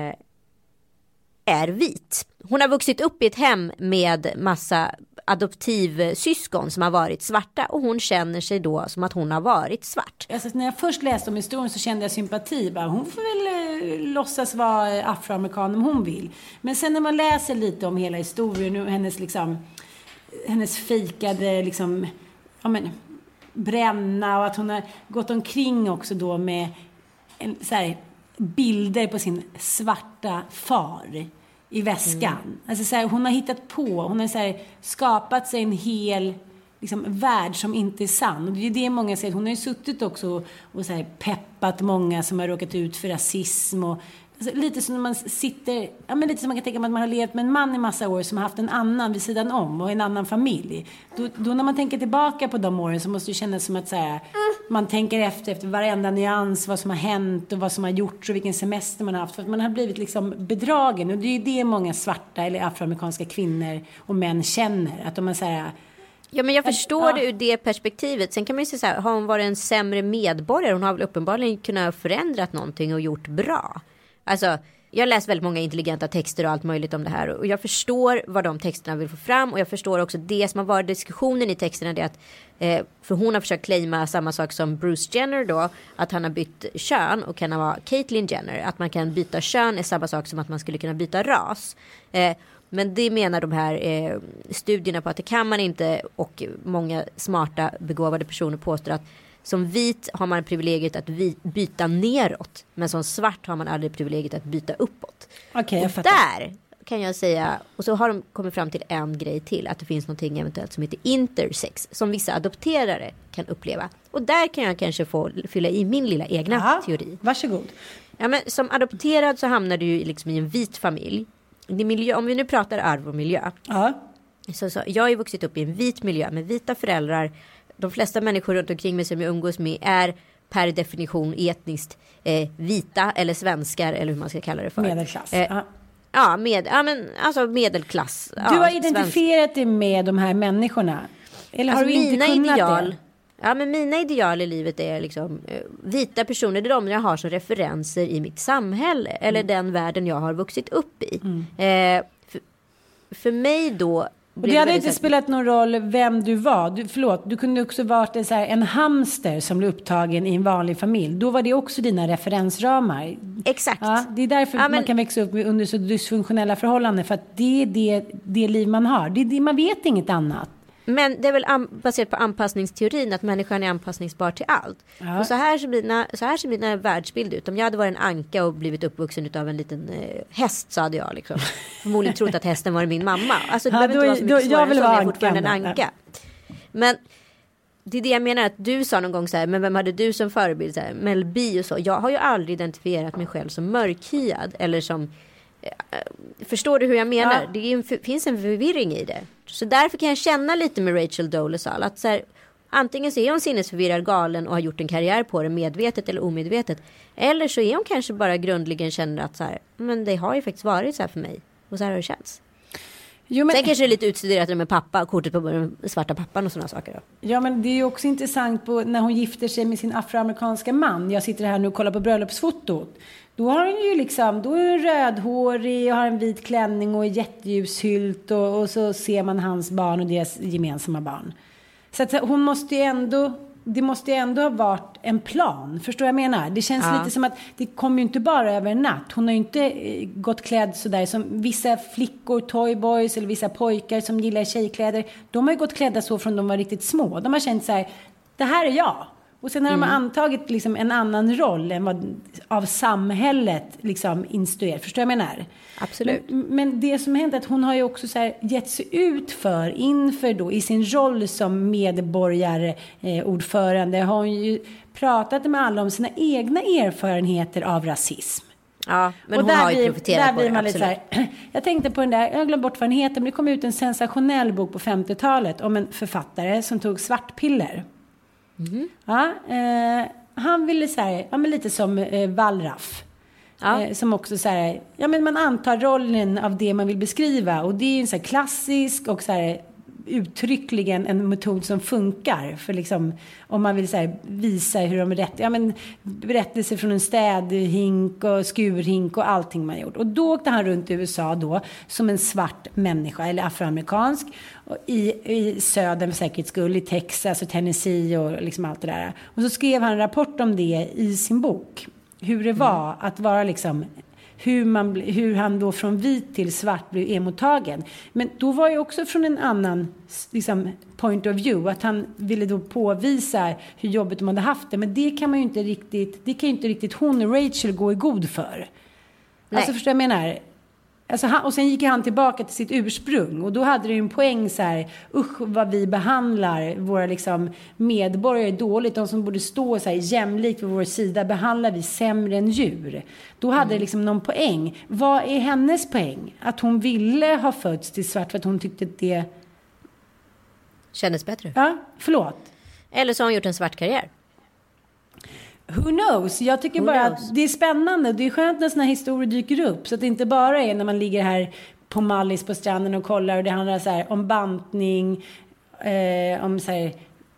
är vit. Hon har vuxit upp i ett hem med massa adoptivsyskon som har varit svarta, och hon känner sig då som att hon har varit svart. Alltså, när jag först läste om historien så kände jag sympati. Bara, hon får väl låtsas vara afroamerikan om hon vill. Men sen när man läser lite om hela historien och hennes fejkade bränna, och att hon har gått omkring också då med bilder på sin svarta far i väskan. Alltså hon har hittat på, hon har skapat sig en hel värld som inte är sann. Och det är det många säger. Hon har ju suttit också och peppat många som har råkat ut för rasism. Och lite som när man sitter, lite som man kan tänka att man har levt med en man i massa år som har haft en annan vid sidan om och en annan familj. Då när man tänker tillbaka på de åren så måste det kännas som att man tänker efter varenda nyans, vad som har hänt och vad som har gjorts och vilken semester man har haft. För att man har blivit bedragen. Och det är det många svarta eller afroamerikanska kvinnor och män känner. Att de har Ja, men jag förstår det ur det perspektivet. Sen kan man ju säga har hon varit en sämre medborgare? Hon har väl uppenbarligen kunnat förändrat någonting och gjort bra. Alltså, jag läser väldigt många intelligenta texter och allt möjligt om det här. Och jag förstår vad de texterna vill få fram. Och jag förstår också det som har varit diskussionen i texterna. Det att, för hon har försökt claima samma sak som Bruce Jenner då. Att han har bytt kön och kan vara Caitlyn Jenner. Att man kan byta kön är samma sak som att man skulle kunna byta ras. Men det menar de här studierna på att det kan man inte. Och många smarta begåvade personer påstår att som vit har man privilegiet att byta neråt. Men som svart har man aldrig privilegiet att byta uppåt. Okej, och där kan jag säga, och så har de kommit fram till en grej till. Att det finns någonting eventuellt som heter intersex. Som vissa adopterare kan uppleva. Och där kan jag kanske få fylla i min lilla egna teori. Varsågod. Ja, men som adopterad så hamnar du ju i en vit familj. Det miljö, om vi nu pratar arv och miljö. Så jag har ju vuxit upp i en vit miljö med vita föräldrar. De flesta människor runt omkring mig som jag umgås med är per definition etniskt vita eller svenskar eller hur man ska kalla det för. Medelklass. Alltså medelklass. Du har identifierat dig med de här människorna. Eller har du inte kunnat det? Ja, men mina ideal i livet är vita personer. Det är de jag har som referenser i mitt samhälle. Eller den världen jag har vuxit upp i. För mig då. Och det hade inte spelat någon roll vem du var. Du kunde också varit en hamster som blev upptagen i en vanlig familj. Då var det också dina referensramar. Exakt. Ja, det är därför man kan växa upp under så dysfunktionella förhållanden. För att det är det liv man har. Man vet inget annat. Men det är väl baserat på anpassningsteorin att människan är anpassningsbar till allt. Ja. Och så här ser mina världsbild ut. Om jag hade varit en anka och blivit uppvuxen av en liten häst så hade jag förmodligen trott att hästen var min mamma. Alltså det behöver inte vara så mycket svårare som jag är fortfarande en anka. Men det är det jag menar att du sa någon gång men vem hade du som förebild? Mel B och så. Jag har ju aldrig identifierat mig själv som mörkhyad eller som... Förstår du hur jag menar? Ja. Det finns en förvirring i det. Så därför kan jag känna lite med Rachel Dolezal att antingen så är hon sinnesförvirrad, galen och har gjort en karriär på det medvetet eller omedvetet. Eller så är hon kanske bara grundligen känner att men det har ju faktiskt varit så här för mig. Och så här har det känts. Sen kanske det är lite utstuderat med kortet på den svarta pappan och sådana saker då. Ja, men det är ju också intressant när hon gifter sig med sin afroamerikanska man. Jag sitter här nu och kollar på bröllopsfotot. Då har hon ju då är hon rödhårig och har en vit klänning och jätteljushylt och så ser man hans barn och deras gemensamma barn. Så att hon måste ju ändå det måste ju ändå ha varit en plan. Förstår jag menar? Det känns lite som att det kommer ju inte bara över en natt. Hon har ju inte gått klädd sådär som vissa flickor, toyboys eller vissa pojkar som gillar tjejkläder. De har ju gått klädda så från de var riktigt små. De har känt så här, det här är jag. Och sen har de antagit liksom en annan roll än vad av samhället liksom instruerat. Förstår jag menar? Absolut. Men det som hänt är att hon har ju också så här gett sig ut inför då i sin roll som medborgarordförande har hon ju pratat med alla om sina egna erfarenheter av rasism. Ja, men hon har ju profiterat på det, absolut. Så här, jag tänkte på den där, jag har glömt bort vad den heter, men det kom ut en sensationell bok på 50-talet om en författare som tog svartpiller. Ja, han ville säga, ja, men lite som Wallraff. Som också så här, ja, men man antar rollen av det man vill beskriva, och det är en så här klassisk och så här uttryckligen en metod som funkar för liksom, om man vill så här, visa hur de berättelser från en städhink och skurhink och allting man gjort. Och då åkte han runt i USA då som en svart människa eller afroamerikansk och i södern för säkerhets skull, i Texas och Tennessee och liksom allt det där. Och så skrev han en rapport om det i sin bok, hur det var att vara liksom, hur han då från vit till svart blev emottagen. Men då var ju också från en annan liksom, point of view, att han ville då påvisa hur jobbigt de hade haft det. Men det kan man ju inte riktigt, det kan ju inte riktigt hon och Rachel gå i god för. Nej. Alltså förstår jag menar? Alltså och sen gick han tillbaka till sitt ursprung, och då hade det ju en poäng så här, vad vi behandlar våra liksom medborgare dåligt, de som borde stå så här jämlikt vid vår sida behandlar vi sämre än djur. Då hade det liksom någon poäng. Vad är hennes poäng? Att hon ville ha fötts till svart för att hon tyckte att det kändes bättre. Ja, förlåt. Eller så har hon gjort en svart karriär. Who knows? Jag tycker bara att det är spännande. Det är skönt när såna här historier dyker upp. Så att det inte bara är när man ligger här på Mallis på stranden och kollar. Och det handlar så här om bantning. Om så här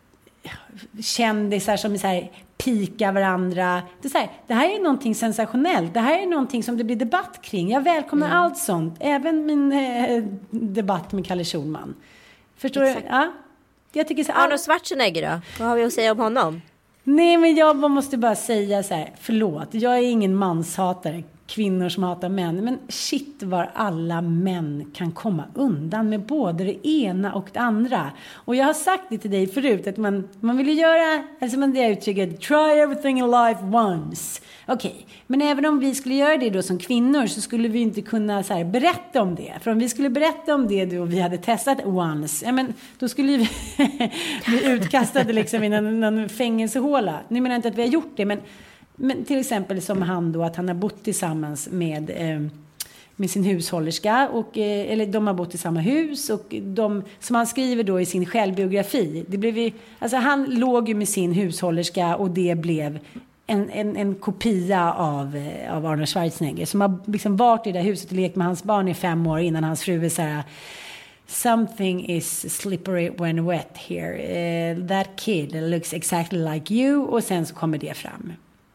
kändisar som så här pika varandra. Det är så här, det här är någonting sensationellt. Det här är någonting som det blir debatt kring. Jag välkomnar allt sånt. Även min debatt med Kalle Schulman. Förstår du? Ja. Jag tycker så här, Arnold Schwarzenegger då? Vad har vi att säga om honom? Nej, men jag måste bara säga så här, förlåt, jag är ingen manshatare, kvinnor som hatar män, men shit var alla män kan komma undan med både det ena och det andra. Och jag har sagt det till dig förut, att man vill ju göra, alltså man det uttrycket, try everything in life once. Okej, men även om vi skulle göra det då som kvinnor, så skulle vi inte kunna så här, berätta om det. För om vi skulle berätta om det då och vi hade testat once, ja, men då skulle vi bli utkastade liksom i någon fängelsehåla. Nu menar jag inte att vi har gjort det, men till exempel som han då, att han har bott tillsammans med sin hushållerska, och eller de har bott i samma hus, och de som han skriver då i sin självbiografi, det blev alltså han låg ju med sin hushållerska, och det blev en kopia av Arnold Schwarzenegger, som har liksom varit i det huset och lekt med hans barn i 5 år innan hans fru så här, something is slippery when wet here, that kid looks exactly like you, och sen så kommer det fram.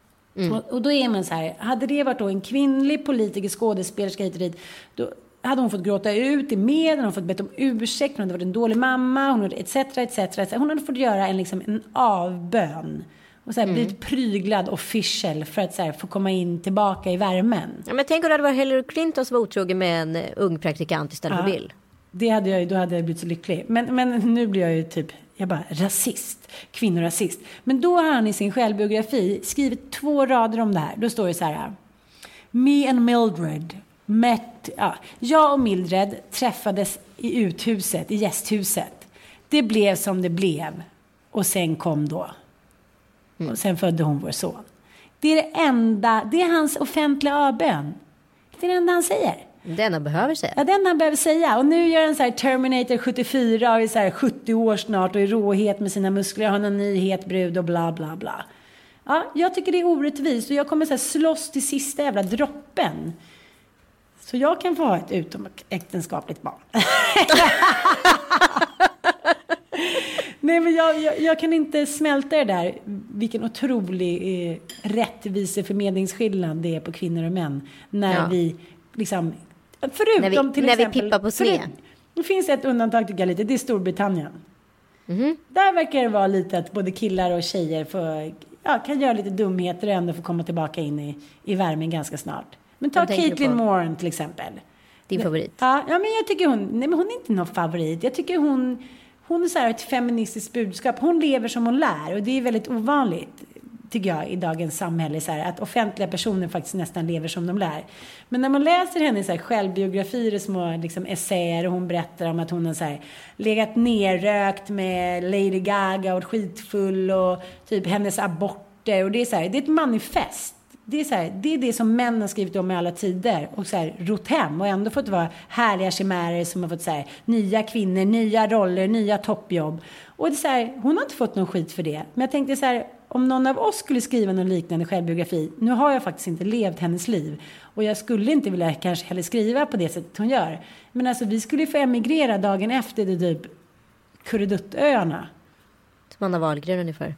Och då är man så här, hade det varit då en kvinnlig politiker, skådespelerska hit och dit, då hade hon fått gråta ut i medien, hon hade fått bett om ursäkt, hon hade varit en dålig mamma, hon hade etc. Hon hade fått göra en avbön och så här, blivit pryglad official för att så här, få komma in tillbaka i värmen. Ja, men tänk om det hade varit Hillary Clinton som var otrogen med en ung praktikant istället för Bill. Det hade jag, då hade jag blivit så lycklig. Men nu blir jag ju typ, jag bara rasist, kvinnorasist. Men då har han i sin självbiografi skrivit 2 rader om det här. Då står det så här: Me and Mildred met, jag och Mildred träffades i uthuset, i gästhuset. Det blev som det blev. Och sen kom då. Och sen födde hon vår son. Det är det enda, det är hans offentliga avbön. Det är det enda han säger. Den han behöver säga. Ja, den han behöver säga. Och nu gör han så här Terminator 74 och är så här 70 år snart och är råhet med sina muskler och har en nyhet brud och bla bla bla. Ja, jag tycker det är orättvist och jag kommer så här slåss till sista jävla droppen. Så jag kan få ha ett utomäktenskapligt barn. Nej, men jag kan inte smälta det där. Vilken otrolig rättviseförmedlingsskillnad det är på kvinnor och män. När vi liksom, förutom till när exempel, vi pippar på sned. Det finns ett undantag tycker jag lite, det är Storbritannien. Där verkar det vara lite att både killar och tjejer kan göra lite dumheter och ändå få komma tillbaka in i värmen ganska snart. Men ta Caitlin Moran till exempel. Din favorit? Ja, men jag tycker hon är inte någon favorit. Jag tycker hon är så här ett feministiskt budskap. Hon lever som hon lär och det är väldigt ovanligt, tycker jag, i dagens samhälle så här, att offentliga personer faktiskt nästan lever som de lär. Men när man läser hennes så här självbiografier och små liksom essäer och hon berättar om att hon har så här legat nerrökt med Lady Gaga och skitfull och typ hennes aborter och det är så här, det är ett manifest. Det är så här, det är det som män har skrivit om i alla tider och så här rott hem och ändå fått vara härliga chimärer som har fått så här nya kvinnor, nya roller, nya toppjobb. Och det är så här, hon har inte fått någon skit för det. Men jag tänkte så här, om någon av oss skulle skriva någon liknande självbiografi, nu har jag faktiskt inte levt hennes liv och jag skulle inte vilja kanske heller skriva på det sättet hon gör. Men alltså vi skulle få emigrera dagen efter det typ Kurreduttöarna. Som Anna Wahlgren ungefär.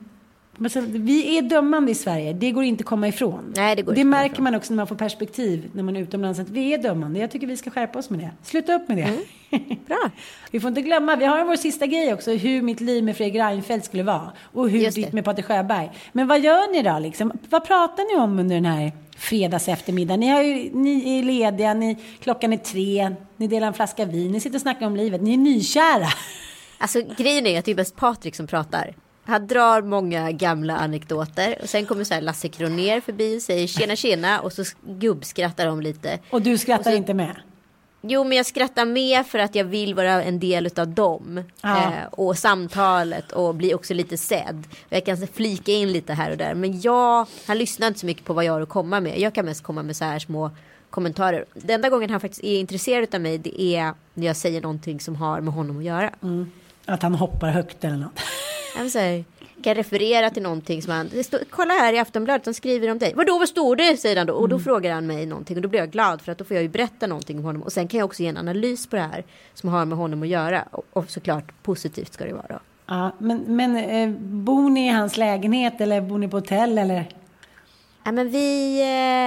Så, vi är dömande i Sverige. Det går inte att komma ifrån. Nej, det går det inte märker man också när man får perspektiv när man är utomlands. Att vi är dömande. Jag tycker vi ska skärpa oss med det. Sluta upp med det. Bra. Vi får inte glömma. Vi har vår sista grej också. Hur mitt liv med Fredrik Reinfeldt skulle vara. Och hur ditt med Patrik Sjöberg. Men vad gör ni då liksom? Vad pratar ni om under den här fredags eftermiddag? Ni är lediga. Klockan är 3. Ni delar en flaska vin. Ni sitter och snackar om livet. Ni är nykära. Alltså grejen är att det är bäst Patrik som pratar. Han drar många gamla anekdoter och sen kommer så här Lasse Kronér förbi och säger tjena tjena och så gubbskrattar de lite. Och du skrattar inte med? Jo, men jag skrattar med för att jag vill vara en del utav dem och samtalet och bli också lite sedd. Jag kan flika in lite här och där, men han lyssnar inte så mycket på vad jag har att komma med. Jag kan mest komma med så här små kommentarer. Den enda gången han faktiskt är intresserad av mig, det är när jag säger någonting som har med honom att göra. Att han hoppar högt eller något. Jag kan referera till någonting som han... kolla här i Aftonbladet, de skriver om dig. Vad står det? Säger han då. Och då frågar han mig någonting. Och då blir jag glad för att då får jag ju berätta någonting om honom. Och sen kan jag också ge en analys på det här som har med honom att göra. Och såklart positivt ska det vara. Ja, men bor ni i hans lägenhet eller bor ni på hotell eller? Ja, men vi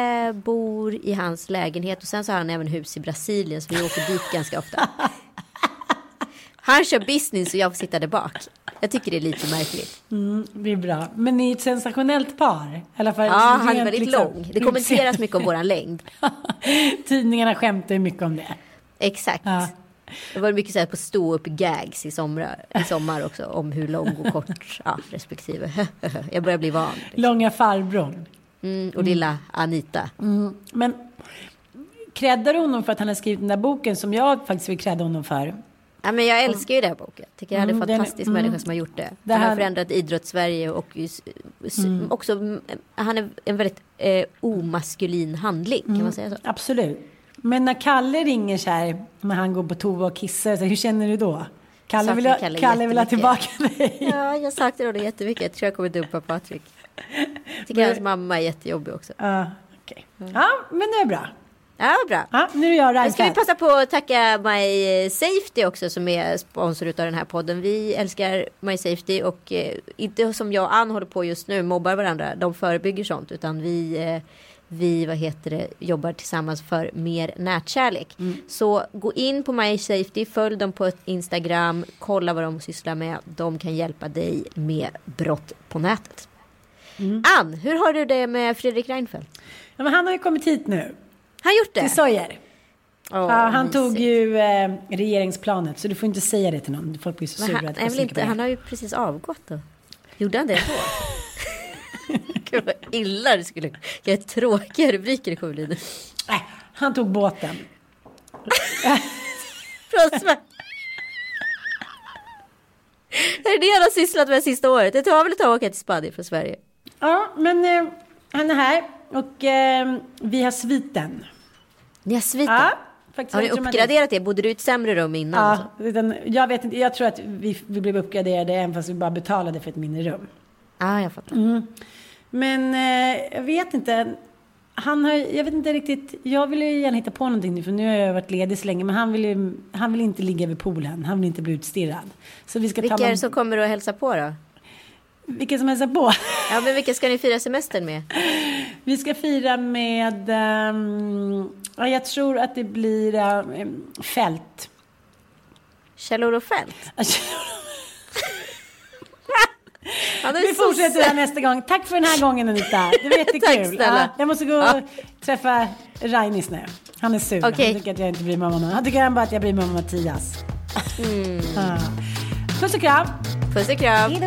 bor i hans lägenhet. Och sen så har han även hus i Brasilien. Så vi åker dit ganska ofta. Han kör business och jag får sitta där bak. Jag tycker det är lite märkligt. Det är bra. Men ni är ett sensationellt par. I alla fall, han är väldigt lång. Det kommenteras mycket om våran längd. Tidningarna skämtar ju mycket om det. Exakt. Ja. Det var mycket så här på stå upp gags i sommar också. Om hur lång och kort respektive. Jag börjar bli van. Långa farbrorn. Och lilla Anita. Men kräddar du honom för att han har skrivit den där boken som jag faktiskt vill krädda honom för? Ja, men jag älskar ju den här boken. Tycker jag är en fantastisk människa som har gjort det. Han har förändrat idrotts-Sverige och också han är en väldigt omaskulin handling, kan man säga så? Absolut. Men när Kalle ringer så här, när han går på toa och kissar, så hur känner du då? Kalle vill ha tillbaka dig. Ja, jag saknar honom jättemycket. Jag tror jag kommer dumpa Patrik. Jag tycker hans mamma är jättejobbig också. Okay. Ja, men det är bra. Ja, bra. Ja, nu är jag Ska vi passa på att tacka My Safety också som är sponsor utav den här podden. Vi älskar My Safety och inte som jag och Ann håller på just nu, mobbar varandra. De förebygger sånt, utan vi jobbar tillsammans för mer nätkärlek. Så gå in på My Safety, följ dem på Instagram, kolla vad de sysslar med. De kan hjälpa dig med brott på nätet. Ann, hur har du det med Fredrik Reinfeldt? Ja, men han har ju kommit hit nu. Han gjort det? Till Sojer. Han tog ju regeringsplanet, så du får inte säga det till någon. Folk blir så sura. Han har ju precis avgått då. Gjorde han det då? Gud vad illa det skulle. Jag är tråkiga rubriker i Sjölider. Nej, han tog båten. Det är det han har sysslat med sista året. Det tar väl att åka till Spanien från Sverige. Ja, men han är här. Och vi har sviten. Ni har sviten? Ja, faktiskt. Har ni uppgraderat det? Bodde du i ett sämre rum innan? Ja, jag vet inte. Jag tror att vi blev uppgraderade även fast vi bara betalade för ett mindre rum. Ja, jag fattar. Men jag vet inte. Jag vet inte riktigt. Jag vill ju gärna hitta på någonting nu, för nu har jag varit ledig så länge. Men han vill inte ligga vid poolen. Han vill inte bli utstirrad. Så vi ska vilka är det som kommer att hälsa på då? Vilka som hälsar på? Ja, men vilka ska ni fira semestern med? Vi ska fira med... jag tror att det blir Fält. Kjell-Olof Fält? Vi fortsätter här nästa gång. Tack för den här gången, Anita. Det var jättekul. Jag måste gå och träffa Rainis nu. Han är sur. Okay. Han tycker att jag inte bryr mig om honom. Han tycker bara att jag bryr mig om Mattias. Puss och kram. Puss och kram. Hejdå.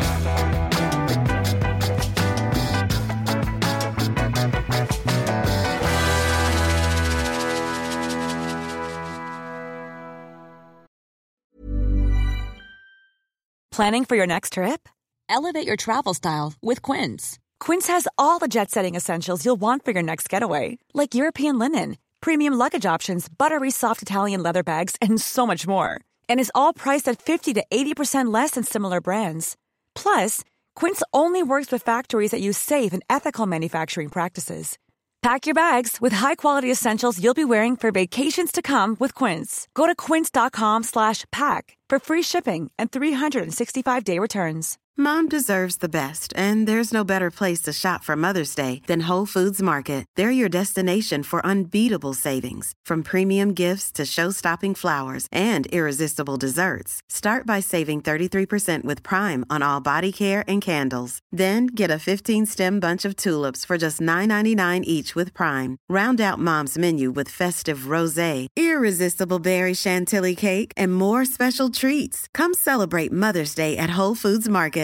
Planning for your next trip? Elevate your travel style with Quince. Quince has all the jet-setting essentials you'll want for your next getaway, like European linen, premium luggage options, buttery soft Italian leather bags, and so much more. And is all priced at 50 to 80% less than similar brands. Plus, Quince only works with factories that use safe and ethical manufacturing practices. Pack your bags with high-quality essentials you'll be wearing for vacations to come with Quince. Go to quince.com/pack for free shipping and 365-day returns. Mom deserves the best, and there's no better place to shop for Mother's Day than Whole Foods Market. They're your destination for unbeatable savings, from premium gifts to show-stopping flowers and irresistible desserts. Start by saving 33% with Prime on all body care and candles. Then get a 15-stem bunch of tulips for just $9.99 each with Prime. Round out Mom's menu with festive rosé, irresistible berry chantilly cake, and more special treats. Come celebrate Mother's Day at Whole Foods Market.